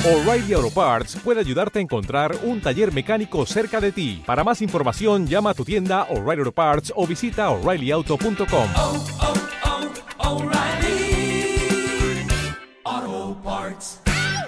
O'Reilly Auto Parts puede ayudarte a encontrar un taller mecánico cerca de ti. Para más información, llama a tu tienda O'Reilly Auto Parts o visita O'ReillyAuto.com. O'Reilly Auto Parts.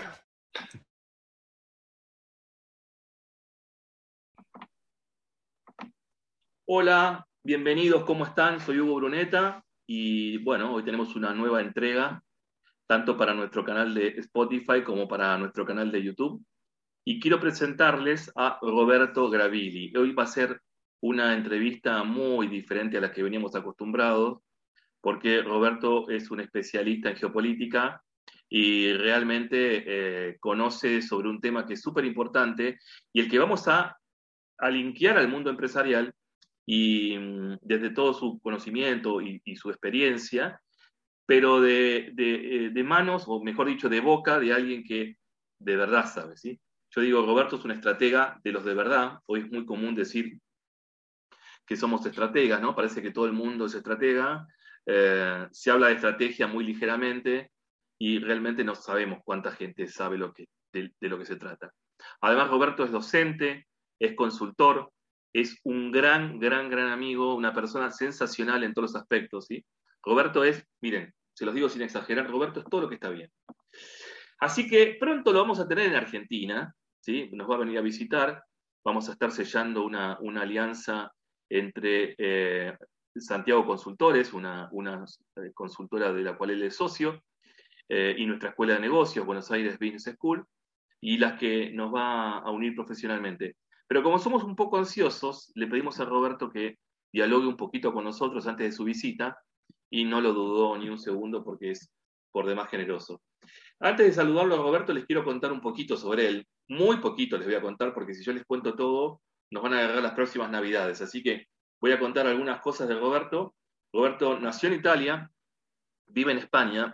Hola, bienvenidos, ¿cómo están? Soy Hugo Bruneta y bueno, hoy tenemos una nueva entrega, tanto para nuestro canal de Spotify como para nuestro canal de YouTube. Y quiero presentarles a Roberto Gravilli. Hoy va a ser una entrevista muy diferente a la que veníamos acostumbrados, porque Roberto es un especialista en geopolítica y realmente conoce sobre un tema que es súper importante y el que vamos a linkear al mundo empresarial y desde todo su conocimiento y su experiencia, pero de manos, o mejor dicho, de boca de alguien que de verdad sabe, ¿sí? Yo digo, Roberto es un estratega de los de verdad. Hoy es muy común decir que somos estrategas, ¿no? Parece que todo el mundo es estratega. Se habla de estrategia muy ligeramente y realmente no sabemos cuánta gente sabe de lo que se trata. Además, Roberto es docente, es consultor, es un gran amigo, una persona sensacional en todos los aspectos, ¿sí? Roberto es, miren, se los digo sin exagerar, Roberto es todo lo que está bien. Así que pronto lo vamos a tener en Argentina, ¿sí? Nos va a venir a visitar, vamos a estar sellando una alianza entre Santiago Consultores, una consultora de la cual él es socio, y nuestra Escuela de Negocios, Buenos Aires Business School, y las que nos va a unir profesionalmente. Pero como somos un poco ansiosos, le pedimos a Roberto que dialogue un poquito con nosotros antes de su visita, y no lo dudó ni un segundo porque es por demás generoso. Antes de saludarlo a Roberto, les quiero contar un poquito sobre él. Muy poquito les voy a contar, porque si yo les cuento todo, nos van a agarrar las próximas Navidades. Así que voy a contar algunas cosas de Roberto. Roberto nació en Italia, vive en España,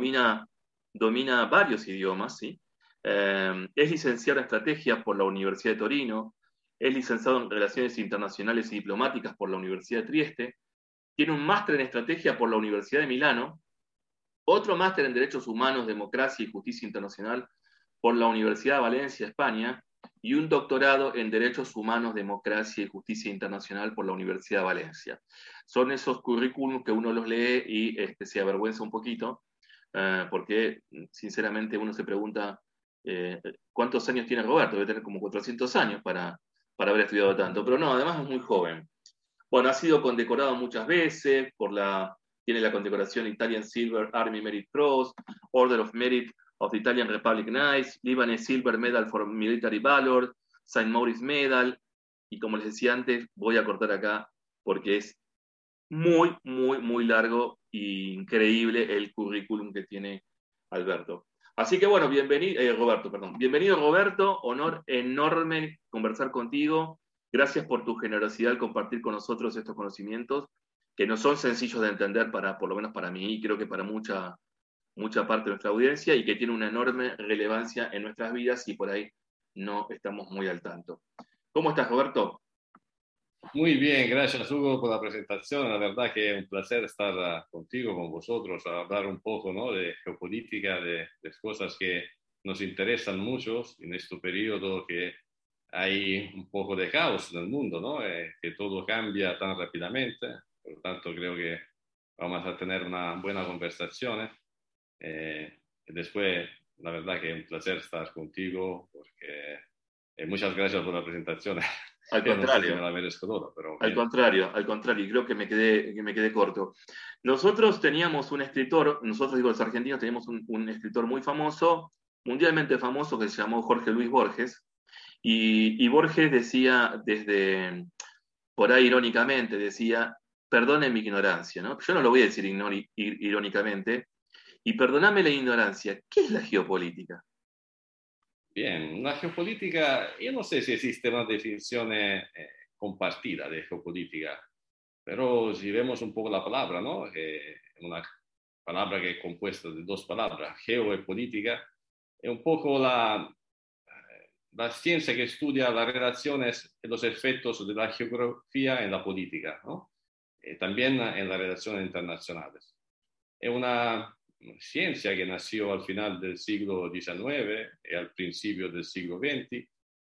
domina varios idiomas, ¿sí? Es licenciado en Estrategia por la Universidad de Torino, es licenciado en Relaciones Internacionales y Diplomáticas por la Universidad de Trieste, tiene un máster en Estrategia por la Universidad de Milano, otro máster en Derechos Humanos, Democracia y Justicia Internacional por la Universidad de Valencia, España, y un doctorado en Derechos Humanos, Democracia y Justicia Internacional por la Universidad de Valencia. Son esos currículums que uno los lee y se avergüenza un poquito, porque sinceramente uno se pregunta cuántos años tiene Roberto. Debe tener como 400 años para haber estudiado tanto, pero no, además es muy joven. Bueno, ha sido condecorado muchas veces tiene la condecoración Italian Silver Army Merit Cross, Order of Merit of the Italian Republic Knights, Lebanese Silver Medal for Military Valor, Saint Maurice Medal, y como les decía antes, voy a cortar acá porque es muy largo e increíble el currículum que tiene Alberto. Así que bueno, bienvenido Roberto, honor enorme conversar contigo. Gracias por tu generosidad al compartir con nosotros estos conocimientos que no son sencillos de entender por lo menos para mí y creo que para mucha parte de nuestra audiencia y que tiene una enorme relevancia en nuestras vidas y por ahí no estamos muy al tanto. ¿Cómo estás, Roberto? Muy bien, gracias Hugo por la presentación. La verdad que es un placer estar contigo, con vosotros, a hablar un poco, ¿no?, de geopolítica, de cosas que nos interesan mucho en este periodo que hay un poco de caos en el mundo, ¿no? Que todo cambia tan rápidamente. Por lo tanto, creo que vamos a tener una buena conversación. Y después, la verdad que es un placer estar contigo porque muchas gracias por la presentación. Al Que no sé si contrario. me la merezco toda, pero Al contrario, creo que me quedé corto. Nosotros teníamos un escritor, nosotros digo los argentinos, teníamos un escritor muy famoso, mundialmente famoso, que se llamó Jorge Luis Borges, y Borges decía por ahí irónicamente, decía, perdone mi ignorancia, ¿no? Yo no lo voy a decir irónicamente, y perdoname la ignorancia, ¿qué es la geopolítica? Bien, la geopolítica, yo no sé si existe una definición compartida de geopolítica, pero si vemos un poco la palabra, ¿no? Una palabra que es compuesta de dos palabras, geo y política, es un poco la ciencia que estudia las relaciones y los efectos de la geografía en la política, ¿no? También en las relaciones internacionales. Es una ciencia que nació al final del siglo XIX y al principio del siglo XX,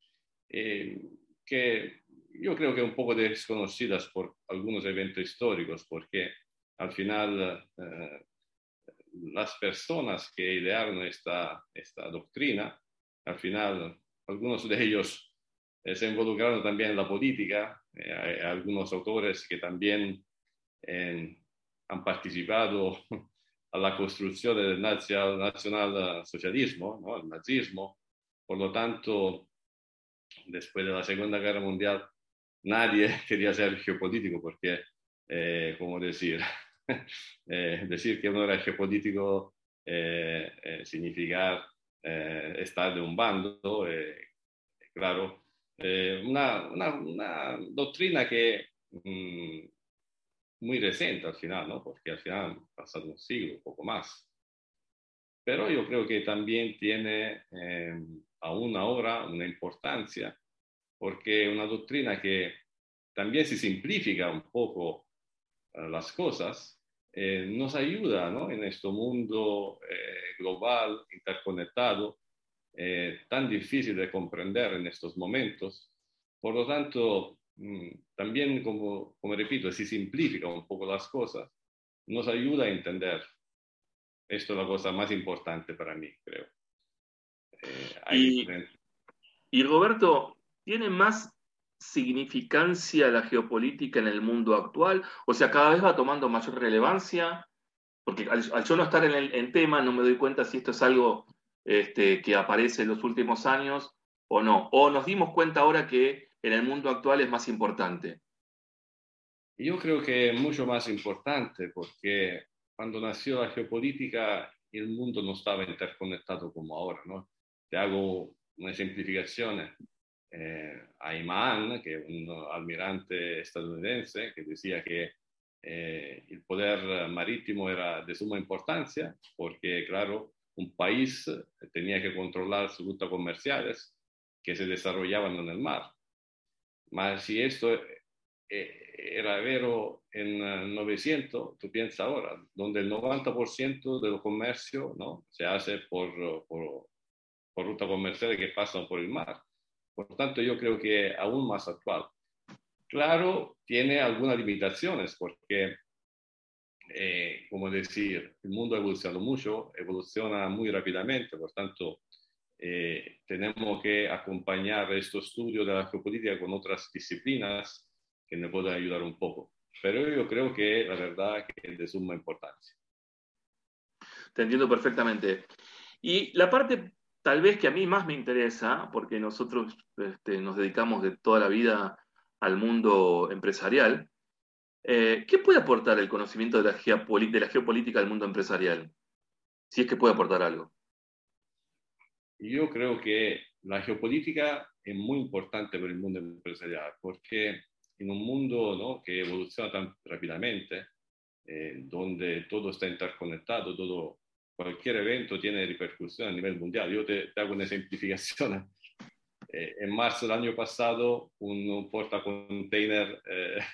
que yo creo que un poco desconocidas por algunos eventos históricos, porque al final las personas que idearon esta doctrina, al final algunos de ellos se involucraron también en la política, hay algunos autores que también han participado a la construcción del nacionalsocialismo, ¿no? El nazismo. Por lo tanto, después de la Segunda Guerra Mundial, nadie quería ser geopolítico porque, como decir, decir que uno era geopolítico significar estar de un bando, claro, una doctrina que muy reciente al final, ¿no? Porque al final ha pasado un siglo, un poco más. Pero yo creo que también tiene aún ahora una importancia, porque es una doctrina que también se simplifica un poco las cosas, nos ayuda, ¿no? En este mundo global, interconectado, tan difícil de comprender en estos momentos. Por lo tanto, también, como repito, si simplifica un poco las cosas, nos ayuda a entender. Esto es la cosa más importante para mí, creo. Y, y Roberto, ¿tiene más significancia la geopolítica en el mundo actual? O sea, cada vez va tomando mayor relevancia, porque al yo no estar en tema no me doy cuenta si esto es algo que aparece en los últimos años o no. O nos dimos cuenta ahora que en el mundo actual es más importante. Yo creo que es mucho más importante porque cuando nació la geopolítica el mundo no estaba interconectado como ahora, ¿no? Te hago una simplificación. Ayman, que es un almirante estadounidense, que decía que el poder marítimo era de suma importancia porque, claro, un país tenía que controlar sus rutas comerciales que se desarrollaban en el mar. Mas si esto era vero en 900, tú piensas ahora, donde el 90% del comercio, ¿no? Se hace por rutas comerciales que pasan por el mar. Por lo tanto, yo creo que aún más actual. Claro, tiene algunas limitaciones porque, como decir, el mundo ha evolucionado mucho, evoluciona muy rápidamente, por tanto, tenemos que acompañar estos estudios de la geopolítica con otras disciplinas que nos pueden ayudar un poco. Pero yo creo que la verdad que es de suma importancia. Te entiendo perfectamente. Y la parte tal vez que a mí más me interesa, porque nosotros nos dedicamos de toda la vida al mundo empresarial, ¿qué puede aportar el conocimiento de de la geopolítica al mundo empresarial? Si es que puede aportar algo. Yo creo que la geopolítica es muy importante para el mundo empresarial porque en un mundo, ¿no? que evoluciona tan rápidamente, donde todo está interconectado, cualquier evento tiene repercusión a nivel mundial. Yo te hago una simplificación. En marzo del año pasado, un portacontainer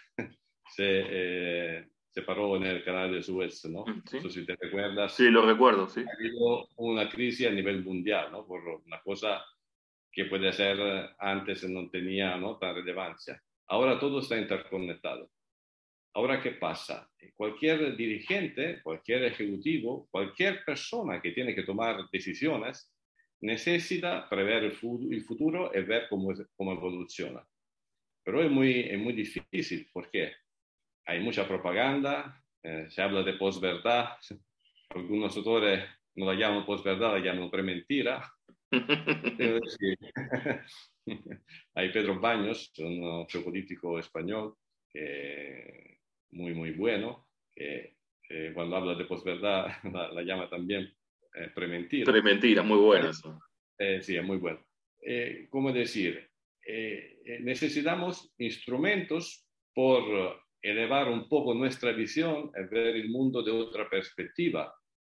se paró en el canal de Suez, ¿no? ¿Sí? Eso si te recuerdas. Sí, lo recuerdo, sí. Ha habido una crisis a nivel mundial, ¿no? Por una cosa que puede ser antes no tenía, ¿no? Tan relevancia. Ahora todo está interconectado. Ahora, ¿qué pasa? Cualquier dirigente, cualquier ejecutivo, cualquier persona que tiene que tomar decisiones necesita prever el futuro y ver cómo evoluciona. Pero es muy difícil porque hay mucha propaganda, se habla de posverdad, algunos autores no la llaman posverdad, la llaman prementira. Hay Pedro Baños, un geopolítico español, que muy bueno, que cuando habla de posverdad la llama también prementira. Prementira, muy bueno eso. Sí, es muy bueno. ¿Cómo decir? Necesitamos instrumentos por elevar un poco nuestra visión y ver el mundo de otra perspectiva.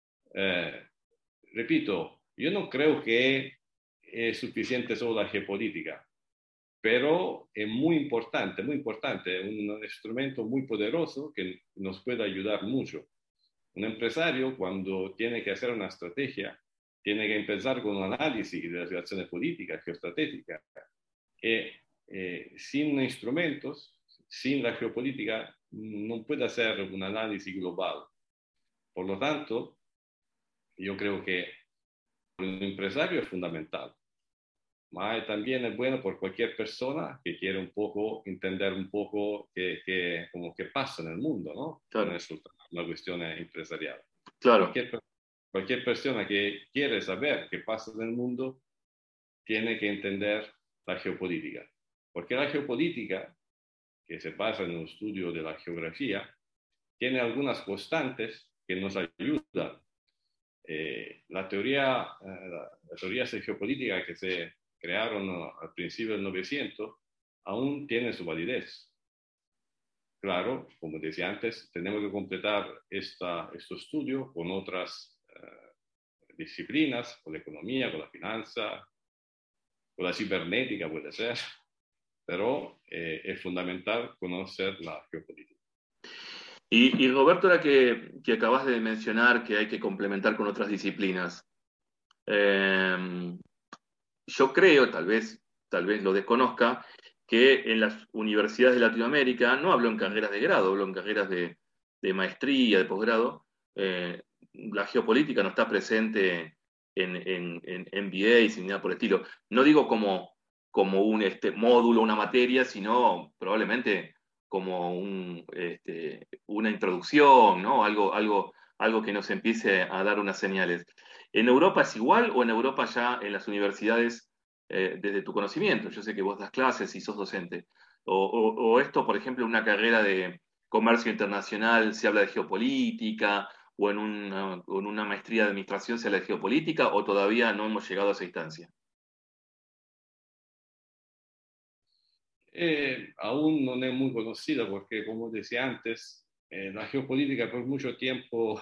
Repito, yo no creo que es suficiente solo la geopolítica, pero es muy importante, un instrumento muy poderoso que nos puede ayudar mucho. Un empresario, cuando tiene que hacer una estrategia, tiene que empezar con un análisis de las relaciones políticas, geoestratégicas, que sin instrumentos, sin la geopolítica, no puede hacer un análisis global. Por lo tanto, yo creo que un empresario es fundamental, pero también es bueno por cualquier persona que quiere un poco entender un poco como qué pasa en el mundo, ¿no? Claro. No es una cuestión empresarial. Claro. Cualquier persona que quiere saber qué pasa en el mundo tiene que entender la geopolítica, porque la geopolítica, que se basa en el estudio de la geografía, tiene algunas constantes que nos ayudan. Las teorías de geopolítica que se crearon al principio del 900 aún tienen su validez. Claro, como decía antes, tenemos que completar este estudio con otras disciplinas, con la economía, con la finanza, con la cibernética puede ser, pero es fundamental conocer la geopolítica. Y Roberto, ahora que acabas de mencionar que hay que complementar con otras disciplinas, yo creo, tal vez lo desconozca, que en las universidades de Latinoamérica, no hablo en carreras de grado, hablo en carreras de maestría, de posgrado, la geopolítica no está presente en MBAs ni nada por el estilo. No digo como un módulo, una materia, sino probablemente como una introducción, ¿no? Algo que nos empiece a dar unas señales. ¿En Europa es igual o en Europa ya en las universidades, desde tu conocimiento? Yo sé que vos das clases y sos docente. O esto, por ejemplo, en una carrera de comercio internacional se habla de geopolítica, o en una maestría de administración se habla de geopolítica, o todavía no hemos llegado a esa instancia. Aún no es muy conocida porque, como decía antes, la geopolítica por mucho tiempo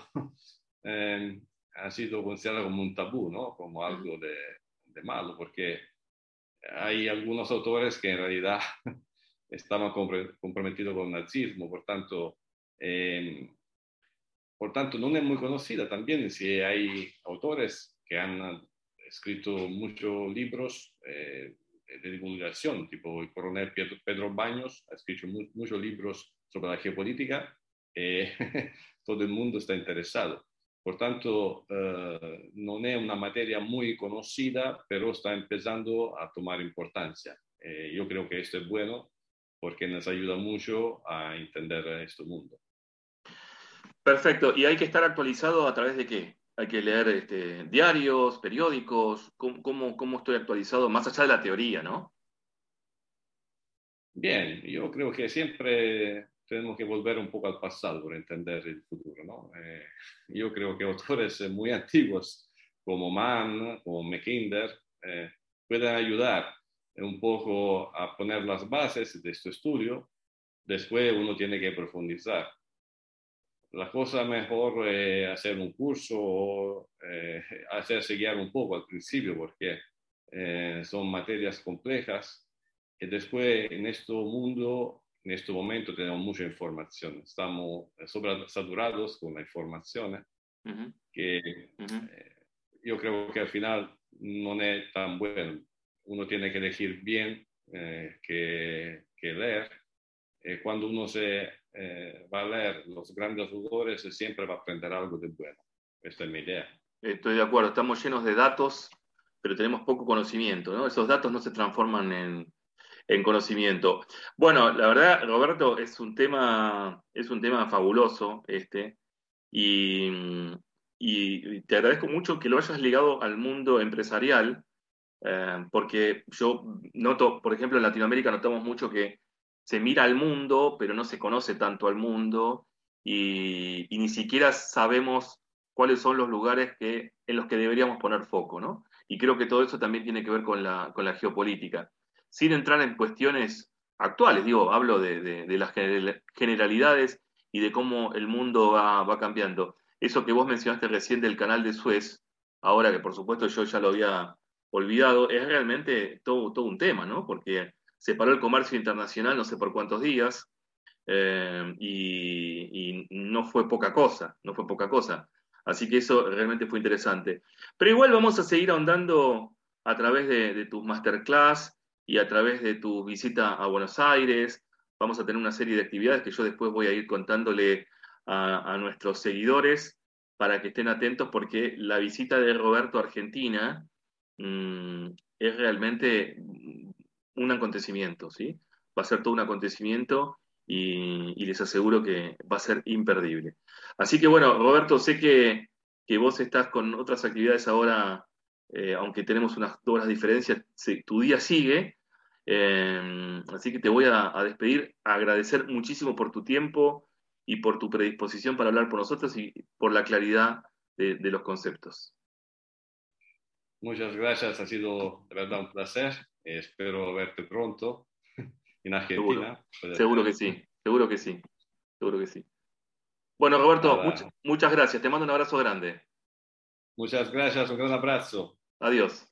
ha sido considerada como un tabú, ¿no? Como algo de malo, porque hay algunos autores que en realidad estaban comprometidos con el nazismo, por tanto no es muy conocida también. Si hay autores que han escrito muchos libros de divulgación, tipo el coronel Pedro Baños ha escrito muchos libros sobre la geopolítica, todo el mundo está interesado. Por tanto, no es una materia muy conocida, pero está empezando a tomar importancia. Yo creo que esto es bueno porque nos ayuda mucho a entender este mundo. Perfecto. ¿Y hay que estar actualizado a través de qué? Hay que leer diarios, periódicos. ¿Cómo estoy actualizado? Más allá de la teoría, ¿no? Bien, yo creo que siempre tenemos que volver un poco al pasado para entender el futuro, ¿no? Yo creo que autores muy antiguos como Mann, como Mackinder, pueden ayudar un poco a poner las bases de este estudio. Después uno tiene que profundizar. La cosa mejor es hacer un curso o hacerse guiar un poco al principio porque son materias complejas y después en este mundo, en este momento tenemos mucha información. Estamos sobresaturados con la información que yo creo que al final no es tan bueno. Uno tiene que elegir bien que leer. Cuando uno va a leer los grandes autores, siempre va a aprender algo de bueno. Esta es mi idea. Estoy de acuerdo. Estamos llenos de datos, pero tenemos poco conocimiento, ¿no? Esos datos no se transforman en conocimiento. Bueno, la verdad, Roberto, es un tema fabuloso y, y te agradezco mucho que lo hayas ligado al mundo empresarial, porque yo noto, por ejemplo, en Latinoamérica notamos mucho que se mira al mundo, pero no se conoce tanto al mundo y ni siquiera sabemos cuáles son los lugares en los que deberíamos poner foco, ¿no? Y creo que todo eso también tiene que ver con la geopolítica. Sin entrar en cuestiones actuales, digo, hablo de las generalidades y de cómo el mundo va cambiando. Eso que vos mencionaste recién del canal de Suez, ahora que por supuesto yo ya lo había olvidado, es realmente todo un tema, ¿no? Porque se paró el comercio internacional no sé por cuántos días, y no fue poca cosa, no fue poca cosa. Así que eso realmente fue interesante. Pero igual vamos a seguir ahondando a través de tus masterclass y a través de tu visita a Buenos Aires. Vamos a tener una serie de actividades que yo después voy a ir contándole a nuestros seguidores para que estén atentos porque la visita de Roberto a Argentina es realmente un acontecimiento, ¿sí? Va a ser todo un acontecimiento y les aseguro que va a ser imperdible. Así que bueno, Roberto, sé que vos estás con otras actividades ahora, aunque tenemos unas 2 horas de diferencia, tu día sigue, así que te voy a despedir, a agradecer muchísimo por tu tiempo y por tu predisposición para hablar por nosotros y por la claridad de los conceptos. Muchas gracias, ha sido de verdad un placer. Espero verte pronto en Seguro, Argentina. Puede seguro que ser sí, seguro que sí, seguro que sí. Bueno, Roberto, para... muchas gracias, te mando un abrazo grande. Muchas gracias, un gran abrazo. Adiós.